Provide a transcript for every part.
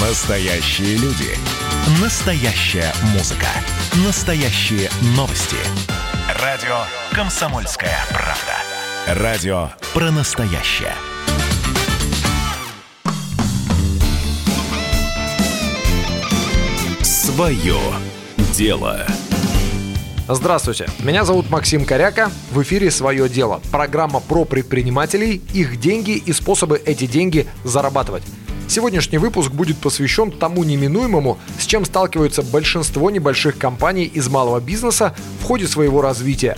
Настоящие люди. Настоящая музыка. Настоящие новости. Радио «Комсомольская правда». Радио про настоящее. Свое дело. Здравствуйте, меня зовут Максим Коряка. В эфире «Свое дело». Программа про предпринимателей, их деньги и способы эти деньги зарабатывать. Сегодняшний выпуск будет посвящен тому неминуемому, с чем сталкиваются большинство небольших компаний из малого бизнеса в ходе своего развития.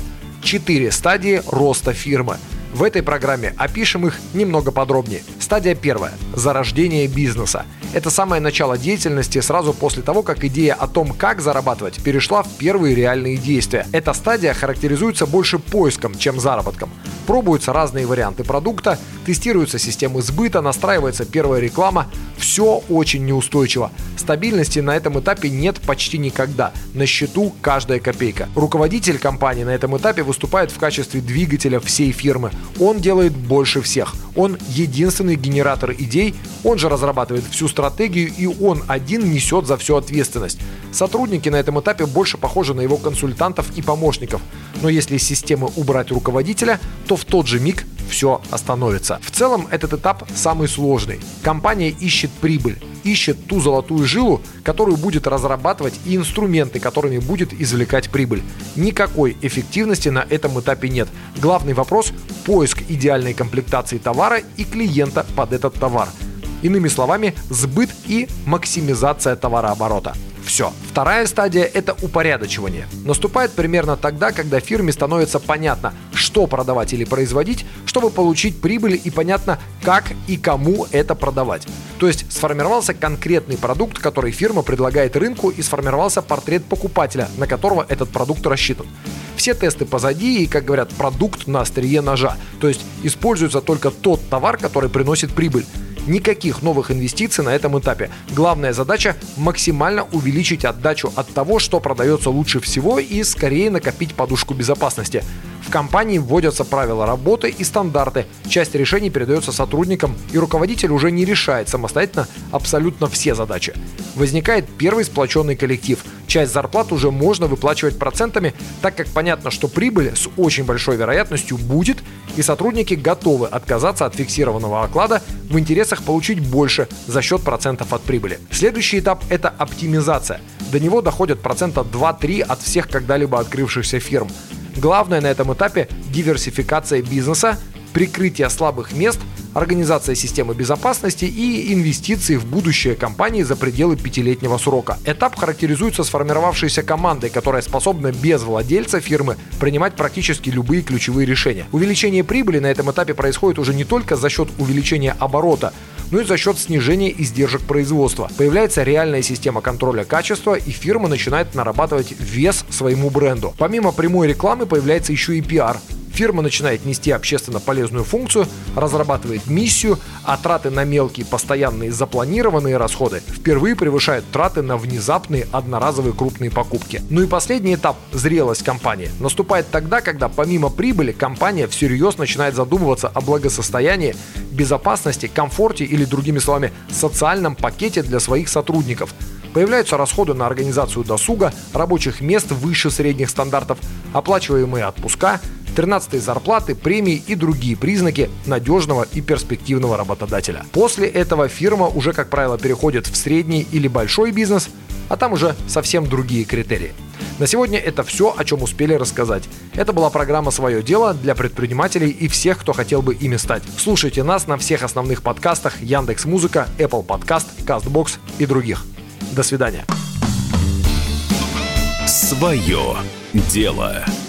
4 стадии роста фирмы. В этой программе опишем их немного подробнее. Стадия первая – зарождение бизнеса. Это самое начало деятельности сразу после того, как идея о том, как зарабатывать, перешла в первые реальные действия. Эта стадия характеризуется больше поиском, чем заработком. Пробуются разные варианты продукта, тестируются системы сбыта, настраивается первая реклама. Все очень неустойчиво. Стабильности на этом этапе нет почти никогда. На счету каждая копейка. Руководитель компании на этом этапе выступает в качестве двигателя всей фирмы. Он делает больше всех. Он единственный генератор идей, он же разрабатывает всю стратегию, и он один несет за всю ответственность. Сотрудники на этом этапе больше похожи на его консультантов и помощников. Но если из системы убрать руководителя, то в тот же миг все остановится. В целом этот этап самый сложный. Компания ищет прибыль, ищет ту золотую жилу, которую будет разрабатывать, и инструменты, которыми будет извлекать прибыль. Никакой эффективности на этом этапе нет. Главный вопрос – поиск идеальной комплектации товара и клиента под этот товар. Иными словами, сбыт и максимизация товарооборота. Все. Вторая стадия – это упорядочивание. Наступает примерно тогда, когда фирме становится понятно, что продавать или производить, чтобы получить прибыль, и понятно, как и кому это продавать. То есть сформировался конкретный продукт, который фирма предлагает рынку, и сформировался портрет покупателя, на которого этот продукт рассчитан. Все тесты позади, и, как говорят, продукт на острие ножа. То есть используется только тот товар, который приносит прибыль. Никаких новых инвестиций на этом этапе. Главная задача – максимально увеличить отдачу от того, что продается лучше всего, и скорее накопить подушку безопасности. В компании вводятся правила работы и стандарты. Часть решений передается сотрудникам, и руководитель уже не решает самостоятельно абсолютно все задачи. Возникает первый сплоченный коллектив. Часть зарплат уже можно выплачивать процентами, так как понятно, что прибыль с очень большой вероятностью будет, и сотрудники готовы отказаться от фиксированного оклада в интересах получить больше за счет процентов от прибыли. Следующий этап – это оптимизация. До него доходят 2-3% от всех когда-либо открывшихся фирм. Главное на этом этапе – диверсификация бизнеса, прикрытие слабых мест, организация системы безопасности и инвестиции в будущее компании за пределы 5-летнего срока. Этап характеризуется сформировавшейся командой, которая способна без владельца фирмы принимать практически любые ключевые решения. Увеличение прибыли на этом этапе происходит уже не только за счет увеличения оборота, но и за счет снижения издержек производства. Появляется реальная система контроля качества, и фирма начинает нарабатывать вес своему бренду. Помимо прямой рекламы появляется еще и пиар. Фирма начинает нести общественно полезную функцию, разрабатывает миссию, а траты на мелкие, постоянные, запланированные расходы впервые превышают траты на внезапные, одноразовые крупные покупки. Ну и последний этап – зрелость компании. Наступает тогда, когда помимо прибыли компания всерьез начинает задумываться о благосостоянии, безопасности, комфорте или, другими словами, социальном пакете для своих сотрудников. Появляются расходы на организацию досуга, рабочих мест выше средних стандартов, оплачиваемые отпуска, 13-е зарплаты, премии и другие признаки надежного и перспективного работодателя. После этого фирма уже, как правило, переходит в средний или большой бизнес, а там уже совсем другие критерии. На сегодня это все, о чем успели рассказать. Это была программа «Свое дело» для предпринимателей и всех, кто хотел бы ими стать. Слушайте нас на всех основных подкастах: Яндекс.Музыка, Apple Podcast, Castbox и других. До свидания. Свое дело.